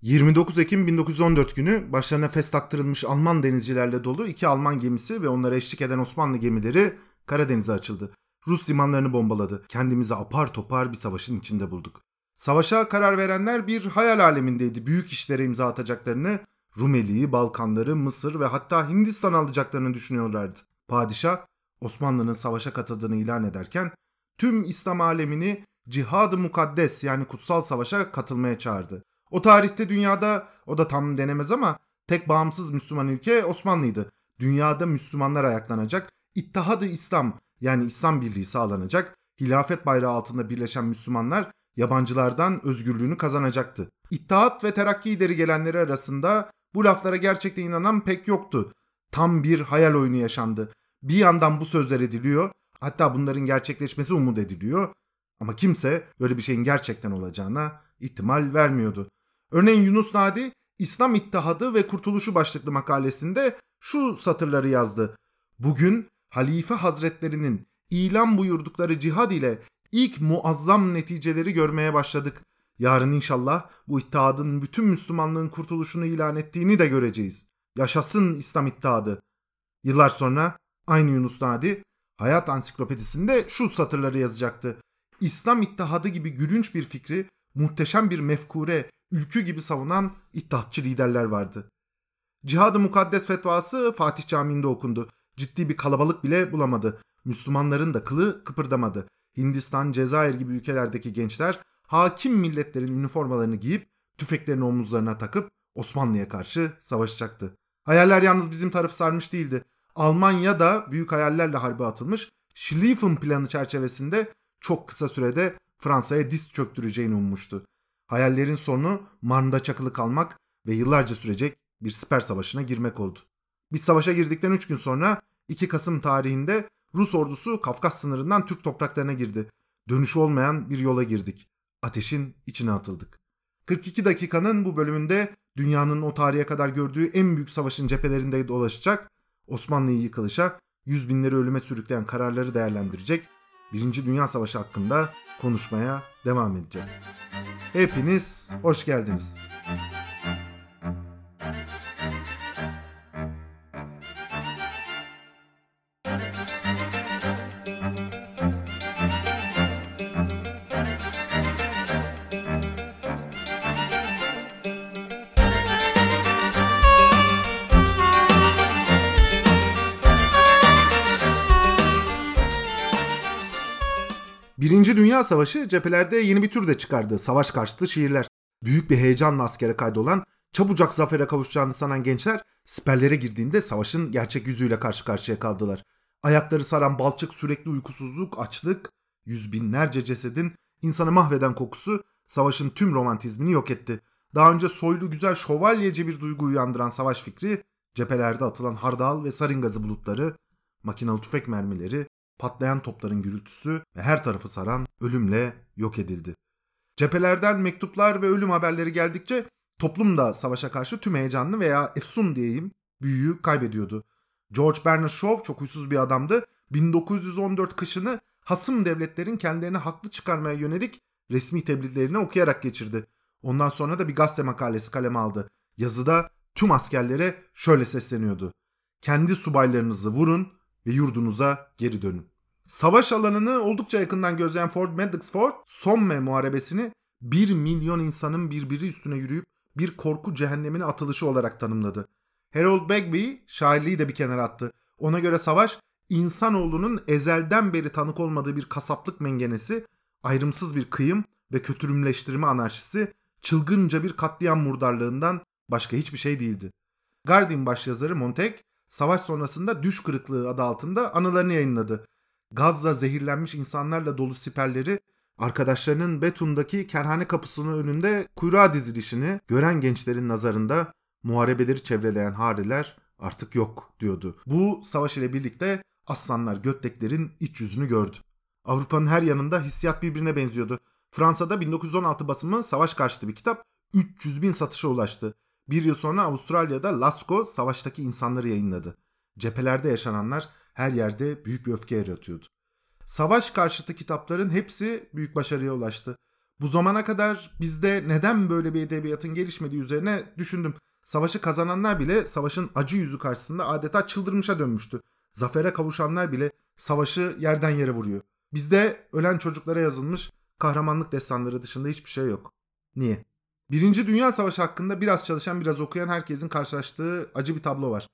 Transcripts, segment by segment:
29 Ekim 1914 günü başlarına fes taktırılmış Alman denizcilerle dolu 2 Alman gemisi ve onlara eşlik eden Osmanlı gemileri Karadeniz'e açıldı. Rus limanlarını bombaladı. Kendimizi apar topar bir savaşın içinde bulduk. Savaşa karar verenler bir hayal alemindeydi. Büyük işlere imza atacaklarını, Rumeli'yi, Balkanları, Mısır ve hatta Hindistan alacaklarını düşünüyorlardı. Padişah, Osmanlı'nın savaşa katıldığını ilan ederken tüm İslam alemini cihad-ı mukaddes yani kutsal savaşa katılmaya çağırdı. O tarihte dünyada, o da tam denemez ama tek bağımsız Müslüman ülke Osmanlı'ydı. Dünyada Müslümanlar ayaklanacak, İttihad-ı İslam yani İslam birliği sağlanacak, hilafet bayrağı altında birleşen Müslümanlar yabancılardan özgürlüğünü kazanacaktı. İttihat ve terakki ileri gelenleri arasında bu laflara gerçekten inanan pek yoktu. Tam bir hayal oyunu yaşandı. Bir yandan bu sözler ediliyor, hatta bunların gerçekleşmesi umut ediliyor. Ama kimse böyle bir şeyin gerçekten olacağına ihtimal vermiyordu. Örneğin Yunus Nadi, İslam İttihadı ve Kurtuluşu başlıklı makalesinde şu satırları yazdı. Bugün Halife Hazretlerinin ilan buyurdukları cihad ile ilk muazzam neticeleri görmeye başladık. Yarın inşallah bu ittihadın bütün Müslümanlığın kurtuluşunu ilan ettiğini de göreceğiz. Yaşasın İslam İttihadı. Yıllar sonra aynı Yunus Nadi Hayat Ansiklopedisinde şu satırları yazacaktı. İslam İttihadı gibi gülünç bir fikri, muhteşem bir mefkure, ülkü gibi savunan İttihatçı liderler vardı. Cihad-ı Mukaddes fetvası Fatih Camii'nde okundu. Ciddi bir kalabalık bile bulamadı. Müslümanların da kılı kıpırdamadı. Hindistan, Cezayir gibi ülkelerdeki gençler hakim milletlerin üniformalarını giyip tüfeklerini omuzlarına takıp Osmanlı'ya karşı savaşacaktı. Hayaller yalnız bizim tarafı sarmış değildi. Almanya da büyük hayallerle harbe atılmış, Schlieffen planı çerçevesinde çok kısa sürede Fransa'ya diz çöktüreceğini ummuştu. Hayallerin sonu Marne'da çakılı kalmak ve yıllarca sürecek bir siper savaşına girmek oldu. Biz savaşa girdikten 3 gün sonra 2 Kasım tarihinde Rus ordusu Kafkas sınırından Türk topraklarına girdi. Dönüşü olmayan bir yola girdik. Ateşin içine atıldık. 42 dakikanın bu bölümünde dünyanın o tarihe kadar gördüğü en büyük savaşın cephelerinde dolaşacak, Osmanlı'yı yıkılışa, yüz binleri ölüme sürükleyen kararları değerlendirecek, Birinci Dünya Savaşı hakkında konuşmaya devam edeceğiz. Hepiniz hoş geldiniz. Birinci Dünya Savaşı cephelerde yeni bir tür de çıkardı. Savaş karşıtı şiirler. Büyük bir heyecanla askere kaydolan, çabucak zafere kavuşacağını sanan gençler siperlere girdiğinde savaşın gerçek yüzüyle karşı karşıya kaldılar. Ayakları saran balçık, sürekli uykusuzluk, açlık, yüz binlerce cesedin insanı mahveden kokusu savaşın tüm romantizmini yok etti. Daha önce soylu güzel şövalyece bir duygu uyandıran savaş fikri, cephelerde atılan hardal ve sarin gazı bulutları, makinalı tüfek mermileri, patlayan topların gürültüsü ve her tarafı saran ölümle yok edildi. Cephelerden mektuplar ve ölüm haberleri geldikçe toplum da savaşa karşı tüm heyecanını veya efsun diyeyim büyüyü kaybediyordu. George Bernard Shaw çok huysuz bir adamdı. 1914 kışını hasım devletlerin kendilerini haklı çıkarmaya yönelik resmi tebliğlerini okuyarak geçirdi. Ondan sonra da bir gazete makalesi kaleme aldı. Yazıda tüm askerlere şöyle sesleniyordu. Kendi subaylarınızı vurun ve yurdunuza geri dönün. Savaş alanını oldukça yakından gözleyen Ford Madox Ford, Somme muharebesini 1 milyon insanın birbiri üstüne yürüyüp bir korku cehennemine atılışı olarak tanımladı. Harold Bagby şairliği de bir kenara attı. Ona göre savaş, insanoğlunun ezelden beri tanık olmadığı bir kasaplık mengenesi, ayrımsız bir kıyım ve kötürümleştirme anarşisi, çılgınca bir katliam murdarlığından başka hiçbir şey değildi. Guardian başyazarı Montaigne, savaş sonrasında Düş Kırıklığı adı altında anılarını yayınladı. Gazla zehirlenmiş insanlarla dolu siperleri, arkadaşlarının Betun'daki kerhane kapısının önünde kuyruğa dizilişini gören gençlerin nazarında muharebeleri çevreleyen hariler artık yok diyordu. Bu savaş ile birlikte aslanlar Gökteklerin iç yüzünü gördü. Avrupa'nın her yanında hissiyat birbirine benziyordu. Fransa'da 1916 basımı savaş karşıtı bir kitap 300 bin satışa ulaştı. Bir yıl sonra Avustralya'da Lascaux savaştaki insanları yayınladı. Cephelerde yaşananlar her yerde büyük bir öfke yaratıyordu. Savaş karşıtı kitapların hepsi büyük başarıya ulaştı. Bu zamana kadar bizde neden böyle bir edebiyatın gelişmediği üzerine düşündüm. Savaşı kazananlar bile savaşın acı yüzü karşısında adeta çıldırmışa dönmüştü. Zafere kavuşanlar bile savaşı yerden yere vuruyor. Bizde ölen çocuklara yazılmış kahramanlık destanları dışında hiçbir şey yok. Niye? Birinci Dünya Savaşı hakkında biraz çalışan, biraz okuyan herkesin karşılaştığı acı bir tablo var.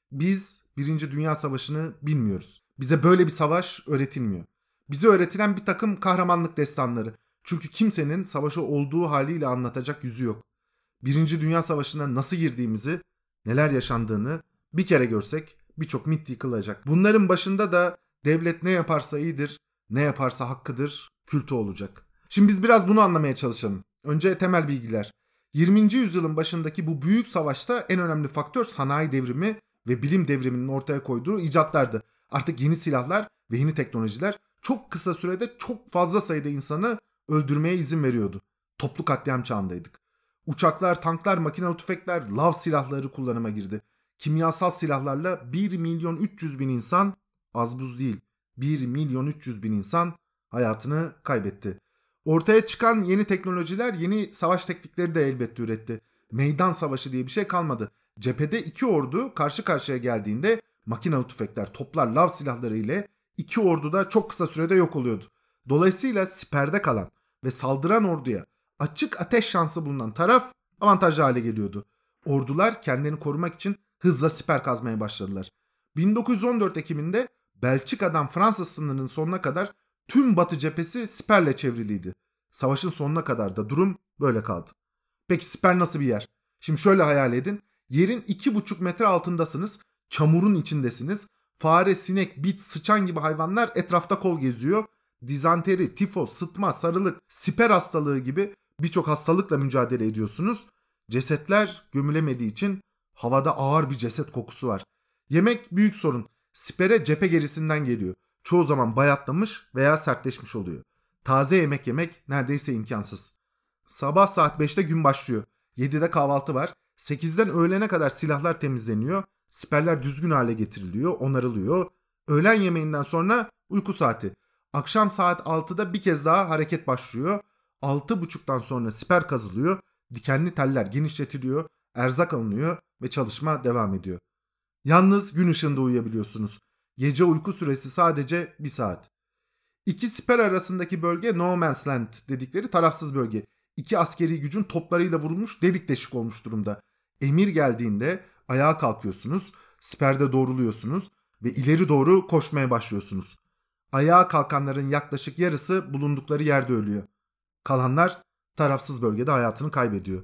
Biz Birinci Dünya Savaşı'nı bilmiyoruz. Bize böyle bir savaş öğretilmiyor. Bize öğretilen bir takım kahramanlık destanları. Çünkü kimsenin savaşı olduğu haliyle anlatacak yüzü yok. Birinci Dünya Savaşı'na nasıl girdiğimizi, neler yaşandığını bir kere görsek birçok mit yıkılacak. Bunların başında da devlet ne yaparsa iyidir, ne yaparsa hakkıdır kültü olacak. Şimdi biz biraz bunu anlamaya çalışalım. Önce temel bilgiler. 20. yüzyılın başındaki bu büyük savaşta en önemli faktör sanayi devrimi ve bilim devriminin ortaya koyduğu icatlardı. Artık yeni silahlar ve yeni teknolojiler çok kısa sürede çok fazla sayıda insanı öldürmeye izin veriyordu. Toplu katliam çağındaydık. Uçaklar, tanklar, makinalı tüfekler, lav silahları kullanıma girdi. Kimyasal silahlarla 1.300.000 insan, az buz değil, 1.300.000 insan hayatını kaybetti. Ortaya çıkan yeni teknolojiler yeni savaş teknikleri de elbette üretti. Meydan savaşı diye bir şey kalmadı. Cephede iki ordu karşı karşıya geldiğinde makinalı tüfekler, toplar, lav silahları ile iki ordu da çok kısa sürede yok oluyordu. Dolayısıyla siperde kalan ve saldıran orduya açık ateş şansı bulunan taraf avantajlı hale geliyordu. Ordular kendilerini korumak için hızla siper kazmaya başladılar. 1914 Ekim'inde Belçika'dan Fransız sınırının sonuna kadar tüm batı cephesi siperle çevriliydi. Savaşın sonuna kadar da durum böyle kaldı. Peki siper nasıl bir yer? Şimdi şöyle hayal edin. Yerin 2,5 metre altındasınız. Çamurun içindesiniz. Fare, sinek, bit, sıçan gibi hayvanlar etrafta kol geziyor. Dizanteri, tifo, sıtma, sarılık, siper hastalığı gibi birçok hastalıkla mücadele ediyorsunuz. Cesetler gömülemediği için havada ağır bir ceset kokusu var. Yemek büyük sorun. Sipere cephe gerisinden geliyor. Çoğu zaman bayatlamış veya sertleşmiş oluyor. Taze yemek yemek neredeyse imkansız. Sabah saat 5'te gün başlıyor. 7'de kahvaltı var. 8'den öğlene kadar silahlar temizleniyor. Siperler düzgün hale getiriliyor, onarılıyor. Öğlen yemeğinden sonra uyku saati. Akşam saat 6'da bir kez daha hareket başlıyor. 6.30'dan sonra siper kazılıyor. Dikenli teller genişletiliyor. Erzak alınıyor ve çalışma devam ediyor. Yalnız gün ışığında uyuyabiliyorsunuz. Gece uyku süresi sadece 1 saat. İki siper arasındaki bölge No Man's Land dedikleri tarafsız bölge. İki askeri gücün toplarıyla vurulmuş, delik deşik olmuş durumda. Emir geldiğinde ayağa kalkıyorsunuz, siperde doğruluyorsunuz ve ileri doğru koşmaya başlıyorsunuz. Ayağa kalkanların yaklaşık yarısı bulundukları yerde ölüyor. Kalanlar tarafsız bölgede hayatını kaybediyor.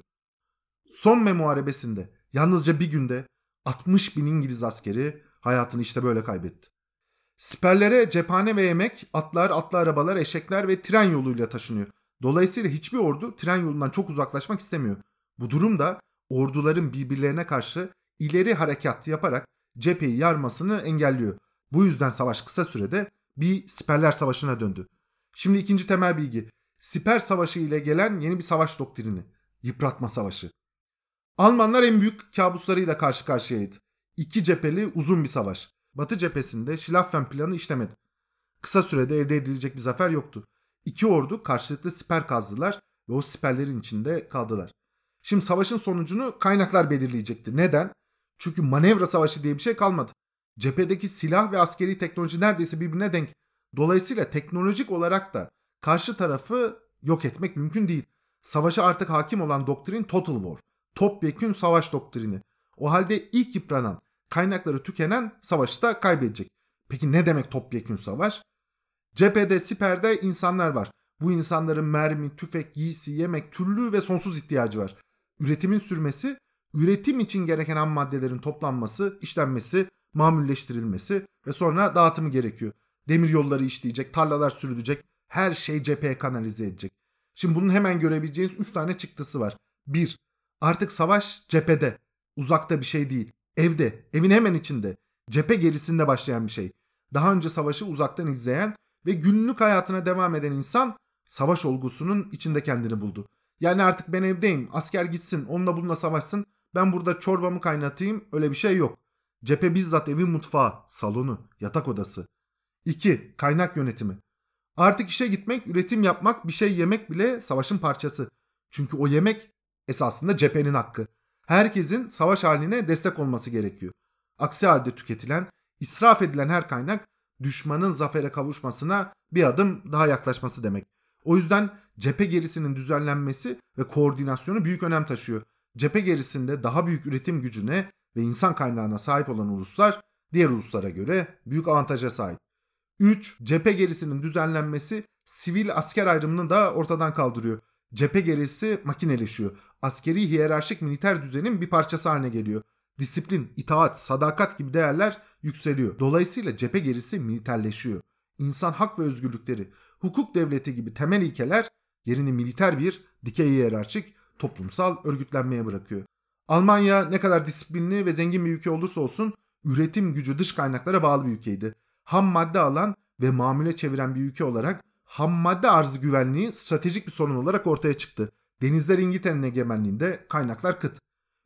Somme Muharebesi'nde yalnızca bir günde 60.000 İngiliz askeri hayatını işte böyle kaybetti. Siperlere cephane ve yemek, atlar, atlı arabalar, eşekler ve tren yoluyla taşınıyor. Dolayısıyla hiçbir ordu tren yolundan çok uzaklaşmak istemiyor. Bu durum da orduların birbirlerine karşı ileri harekat yaparak cepheyi yarmasını engelliyor. Bu yüzden savaş kısa sürede bir siperler savaşına döndü. Şimdi ikinci temel bilgi. Siper savaşı ile gelen yeni bir savaş doktrini. Yıpratma savaşı. Almanlar en büyük kabuslarıyla karşı karşıyaydı. İki cepheli uzun bir savaş. Batı cephesinde Schlaffen planı işlemedi. Kısa sürede elde edilecek bir zafer yoktu. İki ordu karşılıklı siper kazdılar ve o siperlerin içinde kaldılar. Şimdi savaşın sonucunu kaynaklar belirleyecekti. Neden? Çünkü manevra savaşı diye bir şey kalmadı. Cephedeki silah ve askeri teknoloji neredeyse birbirine denk. Dolayısıyla teknolojik olarak da karşı tarafı yok etmek mümkün değil. Savaşa artık hakim olan doktrin Total War. Topyekün savaş doktrini. O halde ilk yıpranan, kaynakları tükenen savaşı da kaybedecek. Peki ne demek topyekün savaş? Cephede, siperde insanlar var. Bu insanların mermi, tüfek, giysi, yemek, türlü ve sonsuz ihtiyacı var. Üretimin sürmesi, üretim için gereken ham maddelerin toplanması, işlenmesi, mamulleştirilmesi ve sonra dağıtımı gerekiyor. Demir yolları işleyecek, tarlalar sürülecek, her şey cepheye kanalize edecek. Şimdi bunun hemen görebileceğiniz 3 tane çıktısı var. 1. Artık savaş cephede, uzakta bir şey değil. Evde, evin hemen içinde, cephe gerisinde başlayan bir şey. Daha önce savaşı uzaktan izleyen ve günlük hayatına devam eden insan savaş olgusunun içinde kendini buldu. Yani artık ben evdeyim, asker gitsin, onunla bununla savaşsın, ben burada çorbamı kaynatayım, öyle bir şey yok. Cephe bizzat evin mutfağı, salonu, yatak odası. 2. Kaynak yönetimi. Artık işe gitmek, üretim yapmak, bir şey yemek bile savaşın parçası. Çünkü o yemek esasında cephenin hakkı. Herkesin savaş haline destek olması gerekiyor. Aksi halde tüketilen, israf edilen her kaynak düşmanın zafere kavuşmasına bir adım daha yaklaşması demek. O yüzden cephe gerisinin düzenlenmesi ve koordinasyonu büyük önem taşıyor. Cephe gerisinde daha büyük üretim gücüne ve insan kaynağına sahip olan uluslar diğer uluslara göre büyük avantaja sahip. 3. Cephe gerisinin düzenlenmesi sivil asker ayrımını da ortadan kaldırıyor. Cephe gerisi makineleşiyor. Askeri hiyerarşik militer düzenin bir parçası haline geliyor. Disiplin, itaat, sadakat gibi değerler yükseliyor. Dolayısıyla cephe gerisi militerleşiyor. İnsan hak ve özgürlükleri, hukuk devleti gibi temel ilkeler yerini militer bir dikey hiyerarşik toplumsal örgütlenmeye bırakıyor. Almanya ne kadar disiplinli ve zengin bir ülke olursa olsun üretim gücü dış kaynaklara bağlı bir ülkeydi. Ham madde alan ve mamule çeviren bir ülke olarak ham madde arzı güvenliği stratejik bir sorun olarak ortaya çıktı. Denizler İngiltere'nin egemenliğinde, kaynaklar kıt.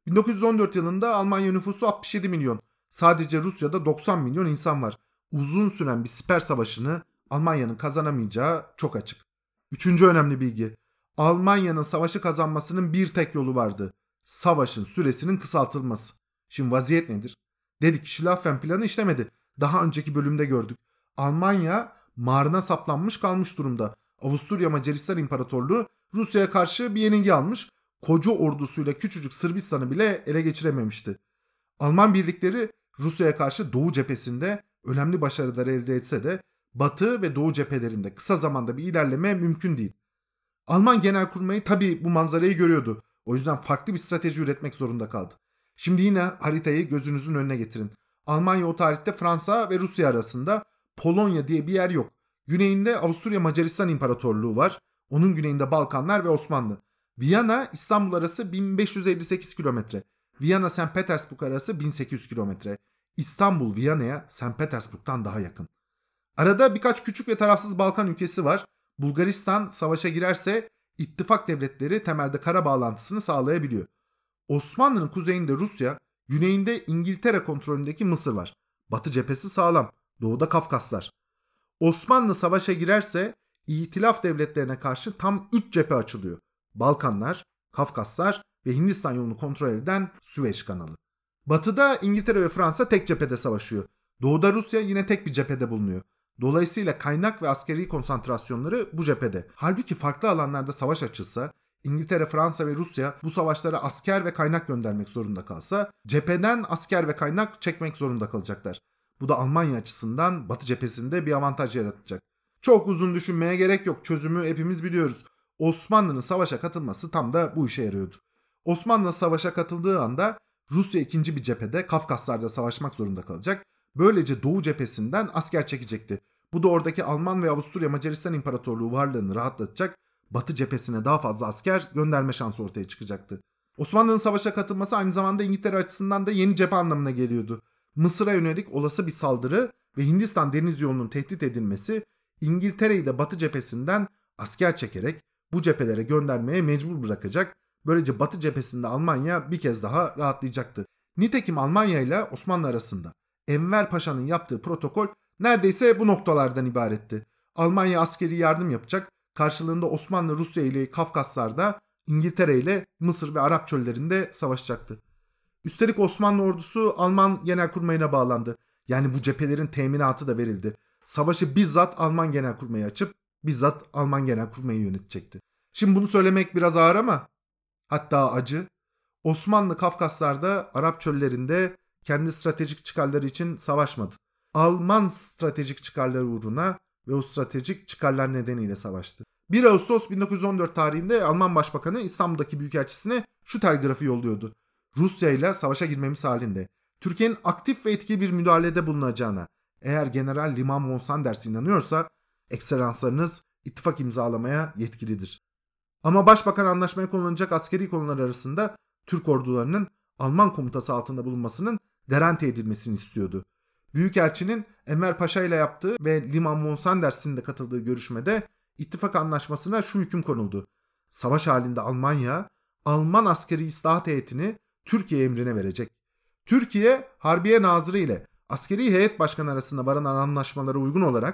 1914 yılında Almanya nüfusu 67 milyon. Sadece Rusya'da 90 milyon insan var. Uzun süren bir siper savaşını Almanya'nın kazanamayacağı çok açık. Üçüncü önemli bilgi. Almanya'nın savaşı kazanmasının bir tek yolu vardı. Savaşın süresinin kısaltılması. Şimdi vaziyet nedir? Dedik Schlaffen planı işlemedi. Daha önceki bölümde gördük. Almanya Marn'a saplanmış kalmış durumda. Avusturya Macaristan İmparatorluğu Rusya'ya karşı bir yenilgi almış. Koca ordusuyla küçücük Sırbistan'ı bile ele geçirememişti. Alman birlikleri Rusya'ya karşı Doğu cephesinde önemli başarılar elde etse de Batı ve Doğu cephelerinde kısa zamanda bir ilerleme mümkün değil. Alman Genelkurmayı tabii bu manzarayı görüyordu. O yüzden farklı bir strateji üretmek zorunda kaldı. Şimdi yine haritayı gözünüzün önüne getirin. Almanya o tarihte Fransa ve Rusya arasında, Polonya diye bir yer yok. Güneyinde Avusturya Macaristan İmparatorluğu var. Onun güneyinde Balkanlar ve Osmanlı. Viyana İstanbul arası 1558 kilometre. Viyana St. Petersburg arası 1800 kilometre. İstanbul Viyana'ya St. Petersburg'dan daha yakın. Arada birkaç küçük ve tarafsız Balkan ülkesi var. Bulgaristan savaşa girerse ittifak devletleri temelde kara bağlantısını sağlayabiliyor. Osmanlı'nın kuzeyinde Rusya, güneyinde İngiltere kontrolündeki Mısır var. Batı cephesi sağlam. Doğuda Kafkaslar. Osmanlı savaşa girerse İtilaf devletlerine karşı tam 3 cephe açılıyor. Balkanlar, Kafkaslar ve Hindistan yolunu kontrol eden Süveyş kanalı. Batıda İngiltere ve Fransa tek cephede savaşıyor. Doğuda Rusya yine tek bir cephede bulunuyor. Dolayısıyla kaynak ve askeri konsantrasyonları bu cephede. Halbuki farklı alanlarda savaş açılsa, İngiltere, Fransa ve Rusya bu savaşlara asker ve kaynak göndermek zorunda kalsa, cepheden asker ve kaynak çekmek zorunda kalacaklar. Bu da Almanya açısından Batı cephesinde bir avantaj yaratacak. Çok uzun düşünmeye gerek yok. Çözümü hepimiz biliyoruz. Osmanlı'nın savaşa katılması tam da bu işe yarıyordu. Osmanlı savaşa katıldığı anda Rusya ikinci bir cephede Kafkaslar'da savaşmak zorunda kalacak. Böylece Doğu cephesinden asker çekecekti. Bu da oradaki Alman ve Avusturya Macaristan İmparatorluğu varlığını rahatlatacak, Batı cephesine daha fazla asker gönderme şansı ortaya çıkacaktı. Osmanlı'nın savaşa katılması aynı zamanda İngiltere açısından da yeni cephe anlamına geliyordu. Mısır'a yönelik olası bir saldırı ve Hindistan deniz yolunun tehdit edilmesi İngiltere'yi de Batı cephesinden asker çekerek bu cephelere göndermeye mecbur bırakacak. Böylece Batı cephesinde Almanya bir kez daha rahatlayacaktı. Nitekim Almanya ile Osmanlı arasında Enver Paşa'nın yaptığı protokol neredeyse bu noktalardan ibaretti. Almanya askeri yardım yapacak, karşılığında Osmanlı Rusya ile Kafkaslar'da, İngiltere ile Mısır ve Arap çöllerinde savaşacaktı. Üstelik Osmanlı ordusu Alman Genelkurmayı'na bağlandı. Yani bu cephelerin teminatı da verildi. Savaşı bizzat Alman Genelkurmayı açıp bizzat Alman Genelkurmayı yönetecekti. Şimdi bunu söylemek biraz ağır ama hatta acı. Osmanlı Kafkaslar'da, Arap çöllerinde kendi stratejik çıkarları için savaşmadı. Alman stratejik çıkarları uğruna ve o stratejik çıkarlar nedeniyle savaştı. 1 Ağustos 1914 tarihinde Alman Başbakanı İstanbul'daki büyükelçisine şu telgrafı yolluyordu. Rusya ile savaşa girmemiz halinde Türkiye'nin aktif ve etkili bir müdahalede bulunacağına, eğer General Liman von Sanders inanıyorsa, ekselanslarınız ittifak imzalamaya yetkilidir. Ama Başbakan anlaşmaya konulacak askeri konular arasında Türk ordularının Alman komutası altında bulunmasının garanti edilmesini istiyordu. Büyükelçinin Enver Paşa ile yaptığı ve Liman von Sanders'in de katıldığı görüşmede ittifak anlaşmasına şu hüküm konuldu. Savaş halinde Almanya, Alman askeri islahat heyetini Türkiye emrine verecek. Türkiye, Harbiye Nazırı ile askeri heyet başkanı arasında varılan anlaşmalara uygun olarak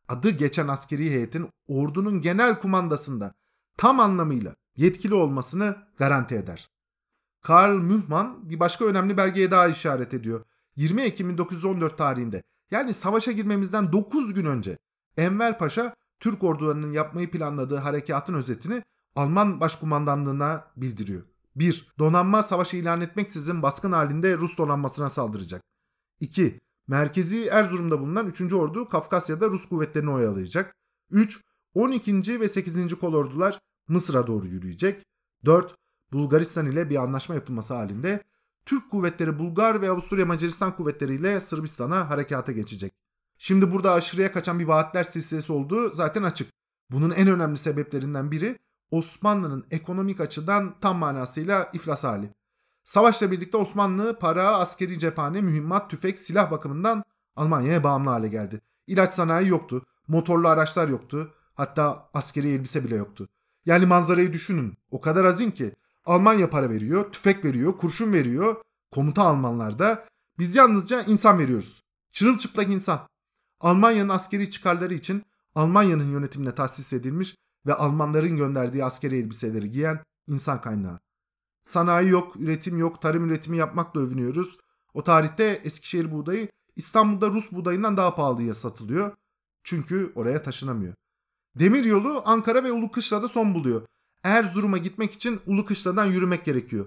adı geçen askeri heyetin ordunun genel kumandasında tam anlamıyla yetkili olmasını garanti eder. Karl Mühlmann bir başka önemli belgeye daha işaret ediyor. 20 Ekim 1914 tarihinde, yani savaşa girmemizden 9 gün önce Enver Paşa Türk ordularının yapmayı planladığı harekatın özetini Alman başkumandanlığına bildiriyor. 1. Donanma savaşı ilan etmeksizin baskın halinde Rus donanmasına saldıracak. 2. Merkezi Erzurum'da bulunan 3. Ordu Kafkasya'da Rus kuvvetlerini oyalayacak. 3. 12. ve 8. kolordular Mısır'a doğru yürüyecek. 4. Bulgaristan ile bir anlaşma yapılması halinde Türk kuvvetleri Bulgar ve Avusturya Macaristan kuvvetleriyle Sırbistan'a harekata geçecek. Şimdi burada aşırıya kaçan bir vaatler silsilesi olduğu zaten açık. Bunun en önemli sebeplerinden biri Osmanlı'nın ekonomik açıdan tam manasıyla iflas hali. Savaşla birlikte Osmanlı para, askeri cephane, mühimmat, tüfek, silah bakımından Almanya'ya bağımlı hale geldi. İlaç sanayi yoktu, motorlu araçlar yoktu, hatta askeri elbise bile yoktu. Yani manzarayı düşünün, o kadar hazin ki Almanya para veriyor, tüfek veriyor, kurşun veriyor, komuta Almanlarda, biz yalnızca insan veriyoruz. Çırılçıplak insan. Almanya'nın askeri çıkarları için Almanya'nın yönetimine tahsis edilmiş ve Almanların gönderdiği askeri elbiseleri giyen insan kaynağı. Sanayi yok, üretim yok, tarım üretimi yapmakla övünüyoruz. O tarihte Eskişehir buğdayı İstanbul'da Rus buğdayından daha pahalıya satılıyor. Çünkü oraya taşınamıyor. Demiryolu Ankara ve Ulukışla'da son buluyor. Erzurum'a gitmek için Ulukışla'dan yürümek gerekiyor.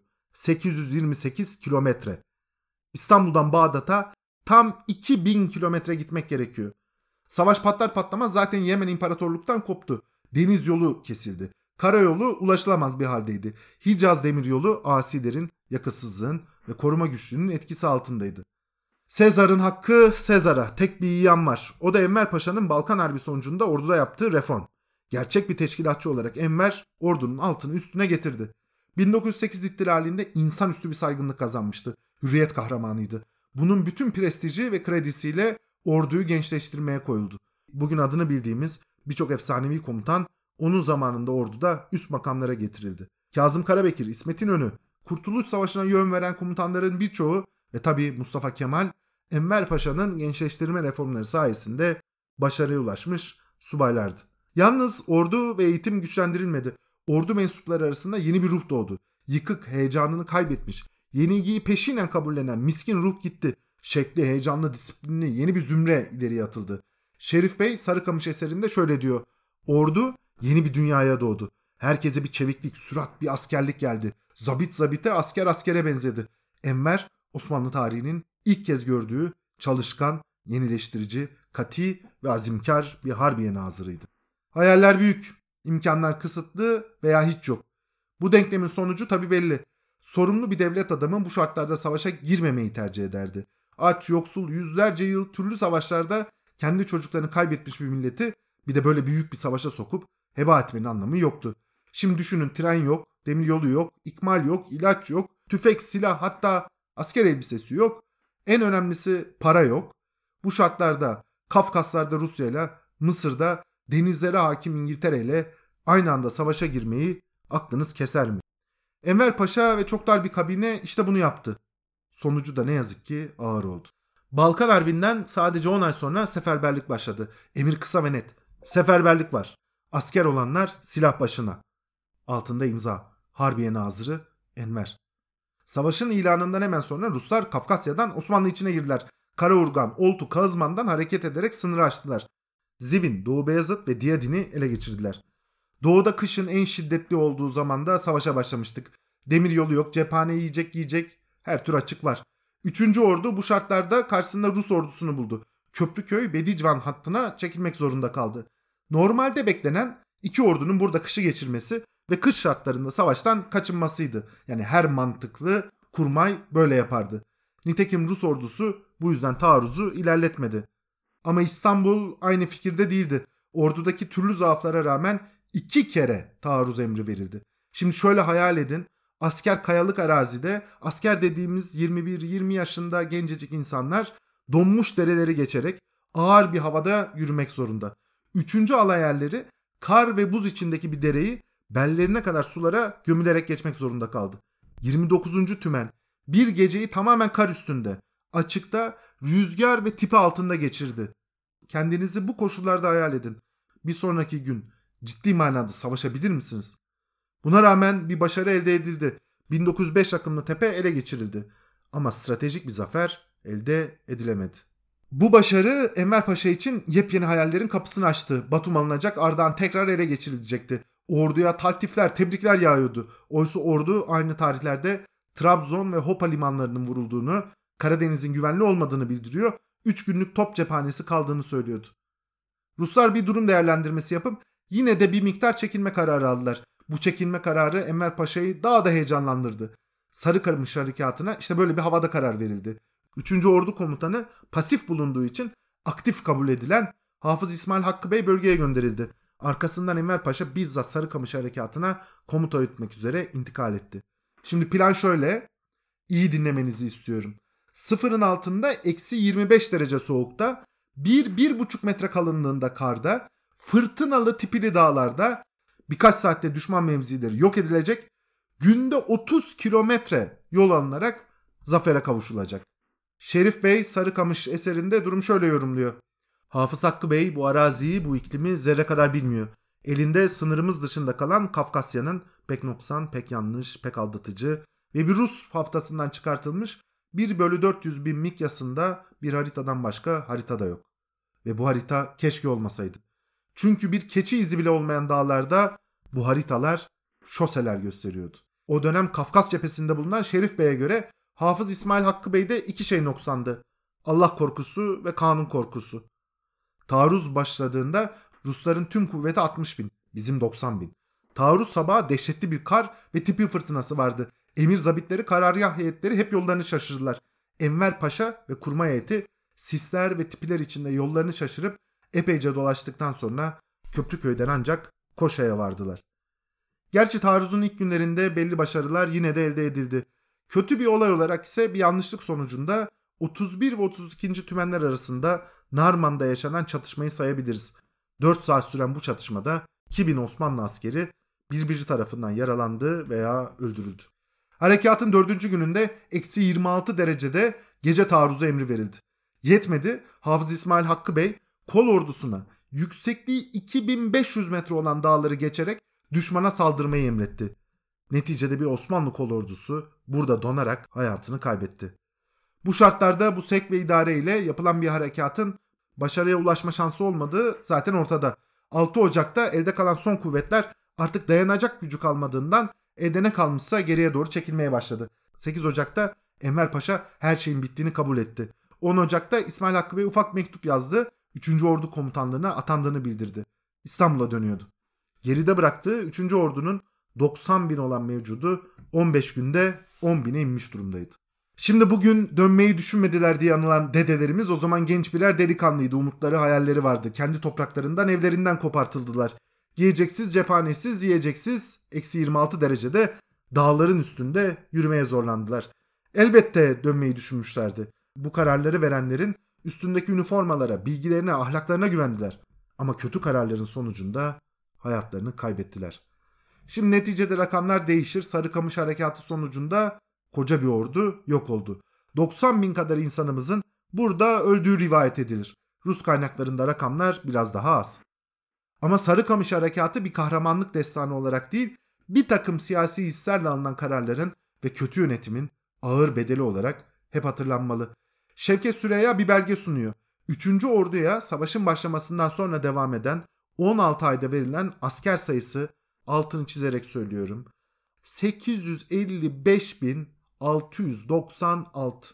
828 kilometre. İstanbul'dan Bağdat'a tam 2000 kilometre gitmek gerekiyor. Savaş patlar patlamaz zaten Yemen İmparatorluk'tan koptu. Deniz yolu kesildi. Karayolu ulaşılamaz bir haldeydi. Hicaz demiryolu asilerin, yakasızlığın ve koruma güçlüğünün etkisi altındaydı. Sezar'ın hakkı Sezar'a, tek bir yiyen var. O da Enver Paşa'nın Balkan Harbi sonucunda orduda yaptığı reform. Gerçek bir teşkilatçı olarak Enver ordunun altını üstüne getirdi. 1908 ihtilalinde insanüstü bir saygınlık kazanmıştı. Hürriyet kahramanıydı. Bunun bütün prestiji ve kredisiyle orduyu gençleştirmeye koyuldu. Bugün adını bildiğimiz birçok efsanevi komutan onun zamanında orduda üst makamlara getirildi. Kazım Karabekir, İsmet İnönü, Kurtuluş Savaşı'na yön veren komutanların birçoğu ve tabii Mustafa Kemal, Enver Paşa'nın gençleştirme reformları sayesinde başarıya ulaşmış subaylardı. Yalnız ordu ve eğitim güçlendirilmedi. Ordu mensupları arasında yeni bir ruh doğdu. Yıkık, heyecanını kaybetmiş, yenilgiyi peşinen kabullenen miskin ruh gitti. Şekli, heyecanlı, disiplinli yeni bir zümre ileriye atıldı. Şerif Bey Sarıkamış eserinde şöyle diyor: ordu yeni bir dünyaya doğdu. Herkese bir çeviklik, sürat, bir askerlik geldi. Zabit zabite, asker askere benzedi. Enver, Osmanlı tarihinin ilk kez gördüğü çalışkan, yenileştirici, kati ve azimkar bir harbiye nazırıydı. Hayaller büyük, imkanlar kısıtlı veya hiç yok. Bu denklemin sonucu tabii belli. Sorumlu bir devlet adamı bu şartlarda savaşa girmemeyi tercih ederdi. Aç, yoksul, yüzlerce yıl türlü savaşlarda kendi çocuklarını kaybetmiş bir milleti bir de böyle büyük bir savaşa sokup heba etmenin anlamı yoktu. Şimdi düşünün, tren yok, demiryolu yok, ikmal yok, ilaç yok, tüfek, silah, hatta asker elbisesi yok. En önemlisi para yok. Bu şartlarda Kafkaslar'da Rusya'yla, Mısır'da denizlere hakim İngiltere'yle aynı anda savaşa girmeyi aklınız keser mi? Enver Paşa ve çok dar bir kabine işte bunu yaptı. Sonucu da ne yazık ki ağır oldu. Balkan Harbi'nden sadece 10 ay sonra seferberlik başladı. Emir kısa ve net: seferberlik var. Asker olanlar silah başına. Altında imza: Harbiye Nazırı Enver. Savaşın ilanından hemen sonra Ruslar Kafkasya'dan Osmanlı içine girdiler. Karaurgan, Oltu, Kağızman'dan hareket ederek sınırı aştılar. Zivin, Doğu Beyazıt ve Diyadin'i ele geçirdiler. Doğuda kışın en şiddetli olduğu zamanda savaşa başlamıştık. Demiryolu yok, cephane, yiyecek, her tür açık var. 3. Ordu bu şartlarda karşısında Rus ordusunu buldu. Köprüköy-Bedicvan hattına çekilmek zorunda kaldı. Normalde beklenen iki ordunun burada kışı geçirmesi ve kış şartlarında savaştan kaçınmasıydı. Yani her mantıklı kurmay böyle yapardı. Nitekim Rus ordusu bu yüzden taarruzu ilerletmedi. Ama İstanbul aynı fikirde değildi. Ordudaki türlü zaaflara rağmen 2 kere taarruz emri verildi. Şimdi şöyle hayal edin. Asker kayalık arazide, asker dediğimiz 21-20 yaşında gencecik insanlar donmuş dereleri geçerek ağır bir havada yürümek zorunda. 3. alay erleri kar ve buz içindeki bir dereyi bellerine kadar sulara gömülerek geçmek zorunda kaldı. 29. Tümen bir geceyi tamamen kar üstünde, açıkta, rüzgar ve tipi altında geçirdi. kendinizi bu koşullarda hayal edin. Bir sonraki gün ciddi manada savaşabilir misiniz? Buna rağmen bir başarı elde edildi. 1905 rakımlı tepe ele geçirildi. Ama stratejik bir zafer elde edilemedi. Bu başarı Enver Paşa için yepyeni hayallerin kapısını açtı. Batum alınacak, Ardahan tekrar ele geçirilecekti. Orduya taltifler, tebrikler yağıyordu. Oysa ordu aynı tarihlerde Trabzon ve Hopa limanlarının vurulduğunu, Karadeniz'in güvenli olmadığını bildiriyor, 3 günlük top cephanesi kaldığını söylüyordu. Ruslar bir durum değerlendirmesi yapıp yine de bir miktar çekilme kararı aldılar. Bu çekilme kararı Enver Paşa'yı daha da heyecanlandırdı. Sarıkamış harekatına işte böyle bir havada karar verildi. 3. Ordu Komutanı pasif bulunduğu için aktif kabul edilen Hafız İsmail Hakkı Bey bölgeye gönderildi. Arkasından Enver Paşa bizzat Sarıkamış harekatına komuta etmek üzere intikal etti. Şimdi plan şöyle, iyi dinlemenizi istiyorum. Sıfırın altında eksi 25 derece soğukta, 1-1,5 metre kalınlığında karda, fırtınalı tipili dağlarda birkaç saatte düşman mevzileri yok edilecek, günde 30 kilometre yol alınarak zafere kavuşulacak. Şerif Bey Sarıkamış eserinde durum şöyle yorumluyor. Hafız Hakkı Bey bu araziyi, bu iklimi zerre kadar bilmiyor. Elinde sınırımız dışında kalan Kafkasya'nın pek noksan, pek yanlış, pek aldatıcı ve bir Rus haftasından çıkartılmış 1/400.000 mikyasında bir haritadan başka harita da yok. Ve bu harita keşke olmasaydı. Çünkü bir keçi izi bile olmayan dağlarda bu haritalar şoseler gösteriyordu. O dönem Kafkas cephesinde bulunan Şerif Bey'e göre Hafız İsmail Hakkı Bey'de 2 şey noksandı. Allah korkusu ve kanun korkusu. Taarruz başladığında Rusların tüm kuvveti 60.000, bizim 90.000. Taarruz sabahı dehşetli bir kar ve tipi fırtınası vardı. Emir zabitleri, karargah heyetleri hep yollarını şaşırdılar. Enver Paşa ve kurmay heyeti sisler ve tipiler içinde yollarını şaşırıp epeyce dolaştıktan sonra Köprüköy'den ancak Koşa'ya vardılar. Gerçi taarruzun ilk günlerinde belli başarılar yine de elde edildi. Kötü bir olay olarak ise bir yanlışlık sonucunda 31 ve 32. tümenler arasında Narman'da yaşanan çatışmayı sayabiliriz. 4 saat süren bu çatışmada 2000 Osmanlı askeri birbiri tarafından yaralandı veya öldürüldü. Harekatın 4. gününde eksi 26 derecede gece taarruzu emri verildi. Yetmedi, Hafız İsmail Hakkı Bey kol ordusuna yüksekliği 2500 metre olan dağları geçerek düşmana saldırmayı emretti. Neticede bir Osmanlı kol ordusu burada donarak hayatını kaybetti. Bu şartlarda bu sevk ve idare ile yapılan bir harekatın başarıya ulaşma şansı olmadığı zaten ortada. 6 Ocak'ta elde kalan son kuvvetler artık dayanacak gücü kalmadığından elde ne kalmışsa geriye doğru çekilmeye başladı. 8 Ocak'ta Enver Paşa her şeyin bittiğini kabul etti. 10 Ocak'ta İsmail Hakkı Bey ufak mektup yazdı. 3. Ordu komutanlığına atandığını bildirdi. İstanbul'a dönüyordu. Geride bıraktığı 3. Ordu'nun 90.000 olan mevcudu 15 günde 10.000'e inmiş durumdaydı. Şimdi bugün dönmeyi düşünmediler diye anılan dedelerimiz o zaman genç birer delikanlıydı. Umutları, hayalleri vardı. Kendi topraklarından, evlerinden kopartıldılar. Giyeceksiz, cephanesiz, yiyeceksiz, eksi 26 derecede dağların üstünde yürümeye zorlandılar. Elbette dönmeyi düşünmüşlerdi. Bu kararları verenlerin üstündeki üniformalara, bilgilerine, ahlaklarına güvendiler. Ama kötü kararların sonucunda hayatlarını kaybettiler. Şimdi neticede rakamlar değişir. Sarıkamış harekatı sonucunda koca bir ordu yok oldu. 90.000 kadar insanımızın burada öldüğü rivayet edilir. Rus kaynaklarında rakamlar biraz daha az. Ama Sarıkamış harekatı bir kahramanlık destanı olarak değil, bir takım siyasi hislerle alınan kararların ve kötü yönetimin ağır bedeli olarak hep hatırlanmalı. Şevket Süreyya bir belge sunuyor. 3. Ordu'ya savaşın başlamasından sonra devam eden 16 ayda verilen asker sayısı, altını çizerek söylüyorum, 855.696.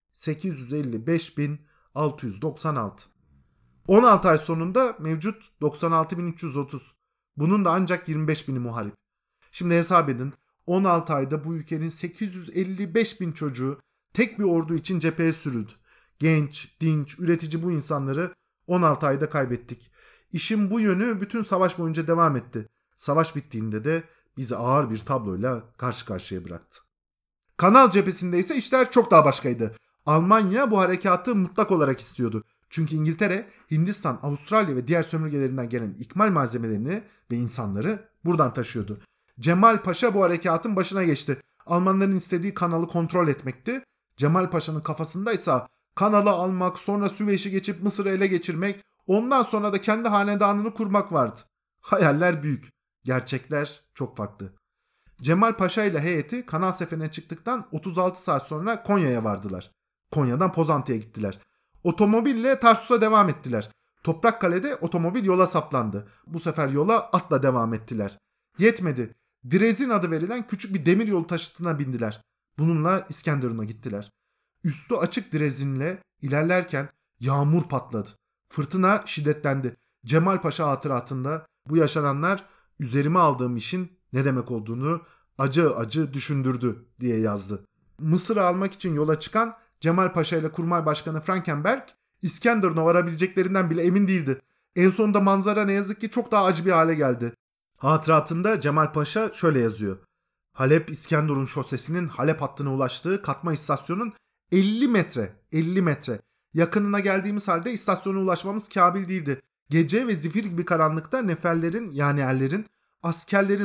855.696. 16 ay sonunda mevcut 96.330. Bunun da ancak 25.000'i muharip. Şimdi hesap edin. 16 ayda bu ülkenin 855.000 çocuğu tek bir ordu için cepheye sürüldü. Genç, dinç, üretici bu insanları 16 ayda kaybettik. İşin bu yönü bütün savaş boyunca devam etti. Savaş bittiğinde de bizi ağır bir tabloyla karşı karşıya bıraktı. Kanal cephesinde ise işler çok daha başkaydı. Almanya bu harekatı mutlak olarak istiyordu. Çünkü İngiltere, Hindistan, Avustralya ve diğer sömürgelerinden gelen ikmal malzemelerini ve insanları buradan taşıyordu. Cemal Paşa bu harekatın başına geçti. Almanların istediği kanalı kontrol etmekti. Cemal Paşa'nın kafasındaysa kanalı almak, sonra Süveyş'i geçip Mısır'ı ele geçirmek, Ondan sonra da kendi hanedanını kurmak vardı. Hayaller büyük, gerçekler çok farklı. Cemal Paşa ile heyeti kanal seferine çıktıktan 36 saat sonra Konya'ya vardılar. Konya'dan Pozantı'ya gittiler. Otomobille Tarsus'a devam ettiler. Toprakkale'de otomobil yola saplandı. Bu sefer yola atla devam ettiler. Yetmedi. Direzin adı verilen küçük bir demiryolu taşıtına bindiler. Bununla İskenderun'a gittiler. Üstü açık Direzin'le ilerlerken yağmur patladı. Fırtına şiddetlendi. Cemal Paşa hatıratında bu yaşananlar üzerime aldığım işin ne demek olduğunu acı acı düşündürdü diye yazdı. Mısır'ı almak için yola çıkan Cemal Paşa ile Kurmay Başkanı Frankenberg İskenderun'a varabileceklerinden bile emin değildi. En sonunda manzara ne yazık ki çok daha acı bir hale geldi. Hatıratında Cemal Paşa şöyle yazıyor. Halep İskenderun şosesinin Halep hattına ulaştığı katma istasyonun 50 metre yakınına geldiğimiz halde istasyona ulaşmamız kabil değildi. Gece ve zifir gibi karanlıkta neferlerin yani erlerin askerlerin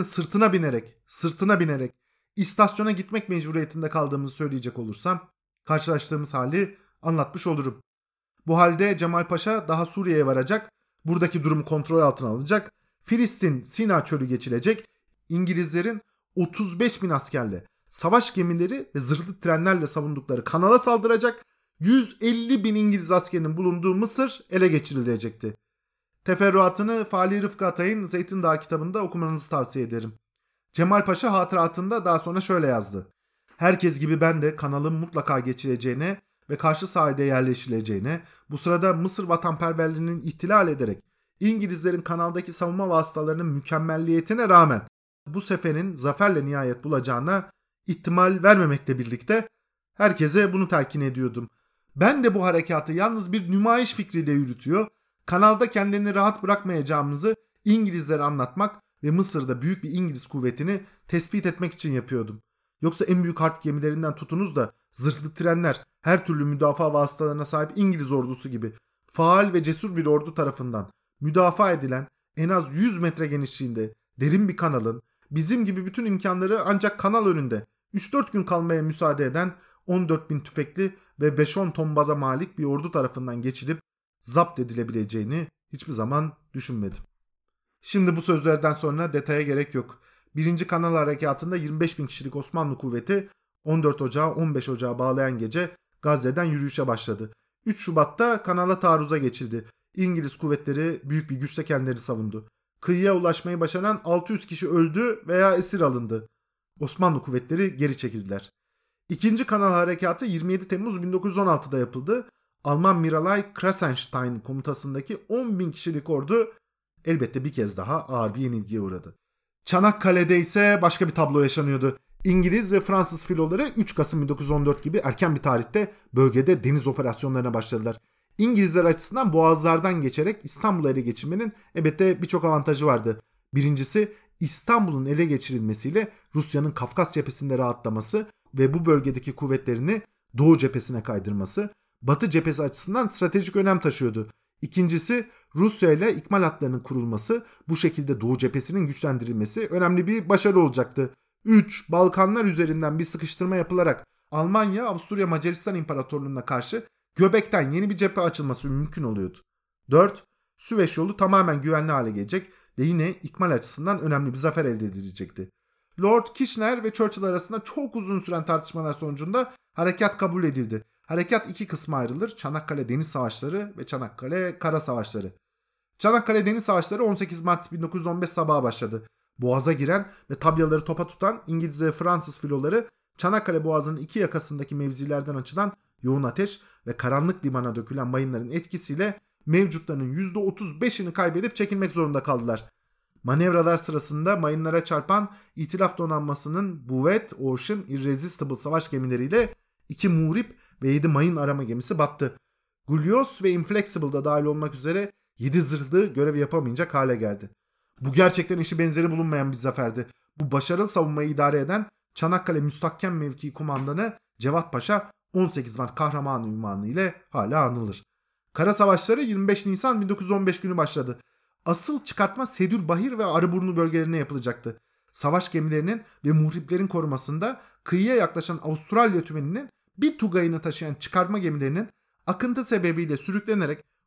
sırtına binerek istasyona gitmek mecburiyetinde kaldığımızı söyleyecek olursam karşılaştığımız hali anlatmış olurum. Bu halde Cemal Paşa daha Suriye'ye varacak, buradaki durumu kontrol altına alacak, Filistin Sina çölü geçilecek, İngilizlerin 35 bin askerle, savaş gemileri ve zırhlı trenlerle savundukları kanala saldıracak, 150 bin İngiliz askerinin bulunduğu Mısır ele geçirilecekti. Teferruatını Fali Rıfkı Atay'ın Zeytin Dağı kitabında okumanızı tavsiye ederim. Cemal Paşa hatıratında daha sonra şöyle yazdı. Herkes gibi ben de kanalın mutlaka geçileceğine ve karşı sahilde yerleşileceğine, bu sırada Mısır vatanperverliğinin ihtilal ederek İngilizlerin kanaldaki savunma vasıtalarının mükemmelliyetine rağmen bu seferin zaferle nihayet bulacağına ihtimal vermemekle birlikte herkese bunu telkin ediyordum. Ben de bu harekatı yalnız bir nümayiş fikriyle yürütüyor, kanalda kendini rahat bırakmayacağımızı İngilizlere anlatmak ve Mısır'da büyük bir İngiliz kuvvetini tespit etmek için yapıyordum. Yoksa en büyük harp gemilerinden tutunuz da zırhlı trenler, her türlü müdafaa vasıtalarına sahip İngiliz ordusu gibi faal ve cesur bir ordu tarafından müdafaa edilen en az 100 metre genişliğinde derin bir kanalın bizim gibi bütün imkanları ancak kanal önünde 3-4 gün kalmaya müsaade eden 14 bin tüfekli ve 5-10 ton baza malik bir ordu tarafından geçilip zapt edilebileceğini hiçbir zaman düşünmedim. Şimdi bu sözlerden sonra detaya gerek yok. 1. Kanal Harekatı'nda 25 bin kişilik Osmanlı kuvveti 14 Ocağı 15 Ocağı bağlayan gece Gazze'den yürüyüşe başladı. 3 Şubat'ta kanala taarruza geçildi. İngiliz kuvvetleri büyük bir güçle kendileri savundu. Kıyıya ulaşmayı başaran 600 kişi öldü veya esir alındı. Osmanlı kuvvetleri geri çekildiler. 2. Kanal Harekatı 27 Temmuz 1916'da yapıldı. Alman Miralay Krasenstein komutasındaki 10 bin kişilik ordu elbette bir kez daha ağır bir yenilgiye uğradı. Çanakkale'de ise başka bir tablo yaşanıyordu. İngiliz ve Fransız filoları 3 Kasım 1914 gibi erken bir tarihte bölgede deniz operasyonlarına başladılar. İngilizler açısından boğazlardan geçerek İstanbul'u ele geçirmenin elbette birçok avantajı vardı. Birincisi İstanbul'un ele geçirilmesiyle Rusya'nın Kafkas cephesinde rahatlaması ve bu bölgedeki kuvvetlerini Doğu cephesine kaydırması, Batı cephesi açısından stratejik önem taşıyordu. İkincisi Rusya ile ikmal hatlarının kurulması, bu şekilde Doğu cephesinin güçlendirilmesi önemli bir başarı olacaktı. 3. Balkanlar üzerinden bir sıkıştırma yapılarak Almanya, Avusturya, Macaristan İmparatorluğu'na karşı göbekten yeni bir cephe açılması mümkün oluyordu. 4. Süveyş yolu tamamen güvenli hale gelecek ve yine ikmal açısından önemli bir zafer elde edilecekti. Lord Kitchener ve Churchill arasında çok uzun süren tartışmalar sonucunda harekat kabul edildi. Harekat iki kısma ayrılır. Çanakkale Deniz Savaşları ve Çanakkale Kara Savaşları. Çanakkale Deniz Savaşları 18 Mart 1915 sabahı başladı. Boğaza giren ve tabyaları topa tutan İngiliz ve Fransız filoları Çanakkale Boğazı'nın iki yakasındaki mevzilerden açılan yoğun ateş ve karanlık limana dökülen mayınların etkisiyle mevcutlarının %35'ini kaybedip çekilmek zorunda kaldılar. Manevralar sırasında mayınlara çarpan İtilaf donanmasının Bouvet, Ocean, Irresistible savaş gemileriyle 2 muhrip ve 7 mayın arama gemisi battı. Gulyos ve Inflexible da dahil olmak üzere 7 zırhlı görev yapamayacak hale geldi. Bu gerçekten eşi benzeri bulunmayan bir zaferdi. Bu başarılı savunmayı idare eden Çanakkale Müstahkem Mevkii Kumandanı Cevat Paşa 18 Mart kahramanı unvanı ile hala anılır. Kara savaşları 25 Nisan 1915 günü başladı. Asıl çıkartma Sedülbahir ve Arıburnu bölgelerine yapılacaktı. Savaş gemilerinin ve muhriplerin korumasında kıyıya yaklaşan Avustralya tümeninin bir tugayını taşıyan çıkartma gemilerinin akıntı sebebiyle sürüklenerek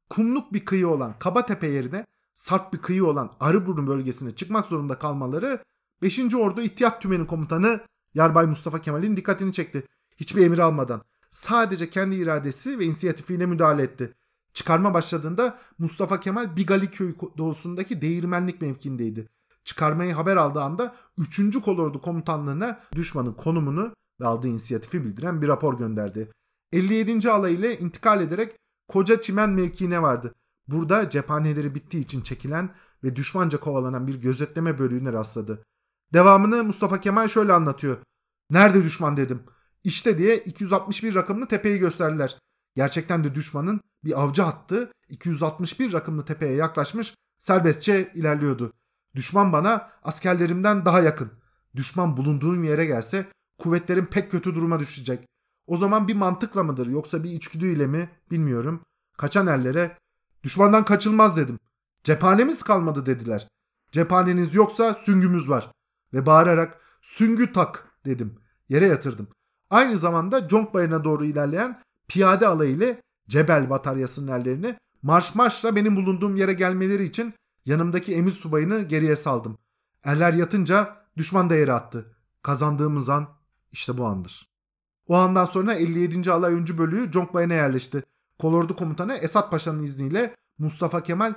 kumluk bir kıyı olan Kabatepe yerine sarp bir kıyı olan Arıburnu bölgesine çıkmak zorunda kalmaları 5. Ordu İhtiyat Tümeni Komutanı Yarbay Mustafa Kemal'in dikkatini çekti. Hiçbir emir almadan sadece kendi iradesi ve inisiyatifiyle müdahale etti. Çıkarma başladığında Mustafa Kemal Bigali köyü doğusundaki Değirmenlik mevkiindeydi. Çıkarmayı haber aldığı anda 3. Kolordu Komutanlığı'na düşmanın konumunu ve aldığı inisiyatifi bildiren bir rapor gönderdi. 57. alay ile intikal ederek Koca Çimen mevkiine vardı. Burada cephaneleri bittiği için çekilen ve düşmanca kovalanan bir gözetleme bölüğüne rastladı. Devamını Mustafa Kemal şöyle anlatıyor. "Nerede düşman dedim. İşte" diye 261 rakımlı tepeyi gösterdiler. Gerçekten de düşmanın bir avcı hattı 261 rakımlı tepeye yaklaşmış, serbestçe ilerliyordu. Düşman bana askerlerimden daha yakın. Düşman bulunduğum yere gelse kuvvetlerim pek kötü duruma düşecek. O zaman bir mantıkla mıdır yoksa bir içgüdüyle mi bilmiyorum. Kaçan erlere "Düşmandan kaçılmaz" dedim. "Cephanemiz kalmadı" dediler. "Cephaneniz yoksa süngümüz var." Ve bağırarak "Süngü tak" dedim. Yere yatırdım. Aynı zamanda Conk Bayırı'na doğru ilerleyen piyade alayı ile Cebel bataryasının erlerini marşla benim bulunduğum yere gelmeleri için yanımdaki emir subayını geriye saldım. Erler yatınca düşman da yere attı. Kazandığımız an işte bu andır. O andan sonra 57. Alay Öncü Bölüğü Conk Bayırı'na yerleşti. Kolordu Komutanı Esat Paşa'nın izniyle Mustafa Kemal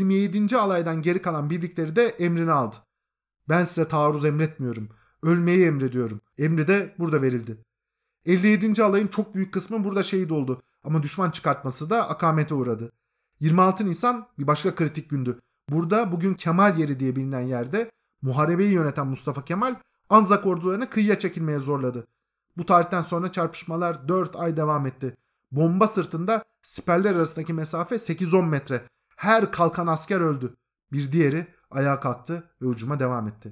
27. alaydan geri kalan birlikleri de emrine aldı. "Ben size taarruz emretmiyorum. Ölmeyi emrediyorum." Emri de burada verildi. 57. alayın çok büyük kısmı burada şehit oldu ama düşman çıkartması da akamete uğradı. 26 Nisan bir başka kritik gündü. Burada bugün Kemal Yeri diye bilinen yerde muharebeyi yöneten Mustafa Kemal Anzak ordularını kıyıya çekilmeye zorladı. Bu tarihten sonra çarpışmalar 4 ay devam etti. Bomba sırtında siperler arasındaki mesafe 8-10 metre. Her kalkan asker öldü. Bir diğeri ayağa kalktı ve hücuma devam etti.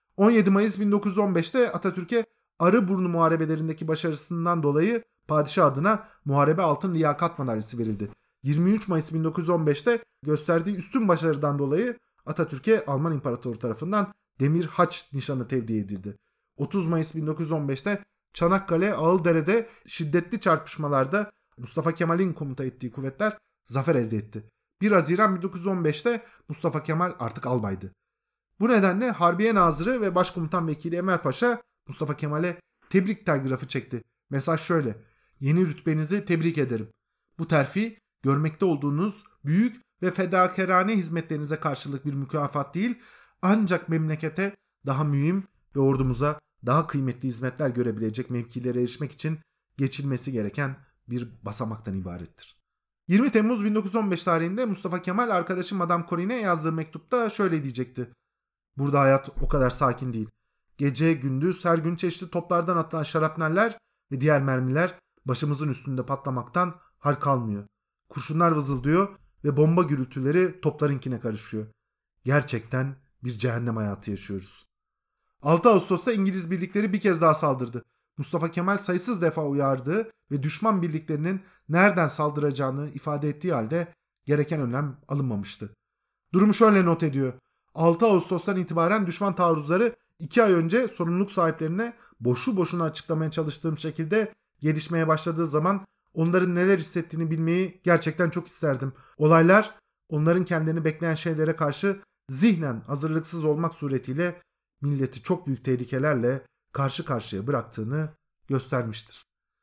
17 Mayıs 1915'te Atatürk'e Arıburnu muharebelerindeki başarısından dolayı padişah adına Muharebe Altın Liyakat Madalyası verildi. 23 Mayıs 1915'te gösterdiği üstün başarıdan dolayı Atatürk'e Alman İmparatoru tarafından Demir Haç nişanı tevdi edildi. 30 Mayıs 1915'te Çanakkale Ağıldere'de şiddetli çarpışmalarda Mustafa Kemal'in komuta ettiği kuvvetler zafer elde etti. 1 Haziran 1915'te Mustafa Kemal artık albaydı. Bu nedenle Harbiye Nazırı ve Başkomutan Vekili Enver Paşa Mustafa Kemal'e tebrik telgrafı çekti. Mesaj şöyle: "Yeni rütbenizi tebrik ederim. Bu terfi görmekte olduğunuz büyük ve fedakarane hizmetlerinize karşılık bir mükafat değil, ancak memlekete daha mühim ve ordumuza daha kıymetli hizmetler görebilecek mevkilere erişmek için geçilmesi gereken bir basamaktan ibarettir." 20 Temmuz 1915 tarihinde Mustafa Kemal arkadaşı Madame Corinne'e yazdığı mektupta şöyle diyecekti: "Burada hayat o kadar sakin değil. Gece gündüz her gün çeşitli toplardan atılan şarapneller ve diğer mermiler başımızın üstünde patlamaktan hal kalmıyor. Kurşunlar vızıldıyor ve bomba gürültüleri toplarınkine karışıyor. Gerçekten bir cehennem hayatı yaşıyoruz." 6 Ağustos'ta İngiliz birlikleri bir kez daha saldırdı. Mustafa Kemal sayısız defa uyardığı ve düşman birliklerinin nereden saldıracağını ifade ettiği halde gereken önlem alınmamıştı. Durumu şöyle not ediyor: 6 Ağustos'tan itibaren düşman taarruzları 2 ay önce sorumluluk sahiplerine boşu boşuna açıklamaya çalıştığım şekilde gelişmeye başladığı zaman onların neler hissettiğini bilmeyi gerçekten çok isterdim. Olaylar onların kendilerini bekleyen şeylere karşı zihnen hazırlıksız olmak suretiyle milleti çok büyük tehlikelerle karşı karşıya bıraktığını göstermiştir.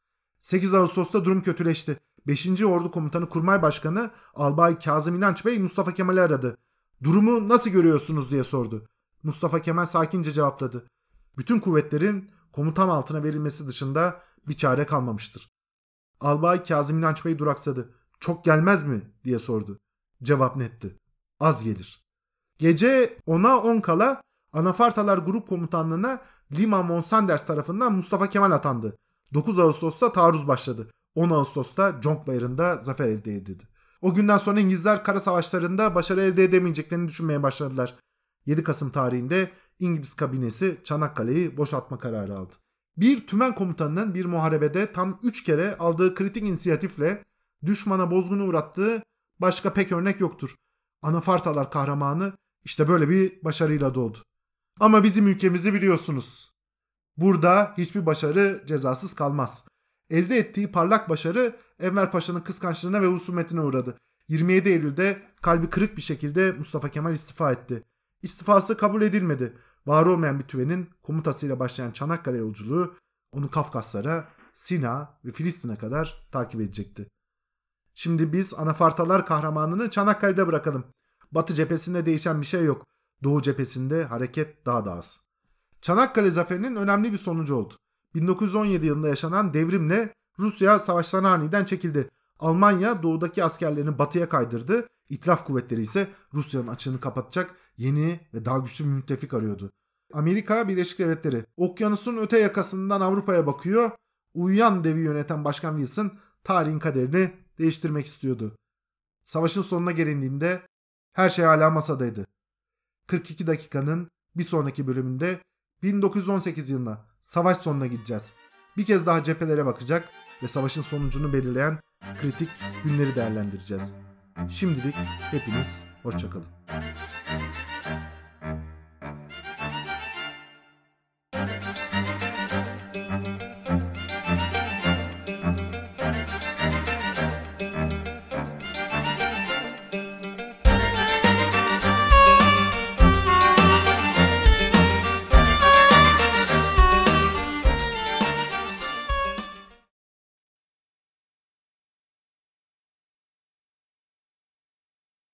8 Ağustos'ta durum kötüleşti. 5. Ordu Komutanı Kurmay Başkanı Albay Kazım İnanç Bey Mustafa Kemal'i aradı. "Durumu nasıl görüyorsunuz?" diye sordu. Mustafa Kemal sakince cevapladı: "Bütün kuvvetlerin komutam altına verilmesi dışında bir çare kalmamıştır." Albay Kazım İnanç Bey duraksadı. "Çok gelmez mi?" diye sordu. Cevap netti: "Az gelir." Gece 10'a 10 kala Anafartalar Grup Komutanlığı'na Lima von Sanders tarafından Mustafa Kemal atandı. 9 Ağustos'ta taarruz başladı. 10 Ağustos'ta Conk Bayırı'nda zafer elde edildi. O günden sonra İngilizler kara savaşlarında başarı elde edemeyeceklerini düşünmeye başladılar. 7 Kasım tarihinde İngiliz kabinesi Çanakkale'yi boşaltma kararı aldı. Bir tümen komutanının bir muharebede tam 3 kere aldığı kritik inisiyatifle düşmana bozgunu uğrattığı başka pek örnek yoktur. Anafartalar kahramanı işte böyle bir başarıyla doğdu. Ama bizim ülkemizi biliyorsunuz. Burada hiçbir başarı cezasız kalmaz. Elde ettiği parlak başarı Enver Paşa'nın kıskançlığına ve husumetine uğradı. 27 Eylül'de kalbi kırık bir şekilde Mustafa Kemal istifa etti. İstifası kabul edilmedi. Var olmayan bir tüvenin komutasıyla başlayan Çanakkale yolculuğu onu Kafkaslara, Sina ve Filistin'e kadar takip edecekti. Şimdi biz Anafartalar kahramanını Çanakkale'de bırakalım. Batı cephesinde değişen bir şey yok. Doğu cephesinde hareket daha da az. Çanakkale zaferinin önemli bir sonucu oldu. 1917 yılında yaşanan devrimle Rusya savaştan aniden çekildi. Almanya doğudaki askerlerini batıya kaydırdı. İtilaf kuvvetleri ise Rusya'nın açığını kapatacak yeni ve daha güçlü bir müttefik arıyordu. Amerika Birleşik Devletleri okyanusun öte yakasından Avrupa'ya bakıyor. Uyuyan devi yöneten Başkan Wilson tarihin kaderini değiştirmek istiyordu. Savaşın sonuna gelindiğinde her şey hala masadaydı. 42 dakikanın bir sonraki bölümünde 1918 yılına savaş sonuna gideceğiz. Bir kez daha cephelere bakacak ve savaşın sonucunu belirleyen kritik günleri değerlendireceğiz. Şimdilik hepiniz hoşça kalın.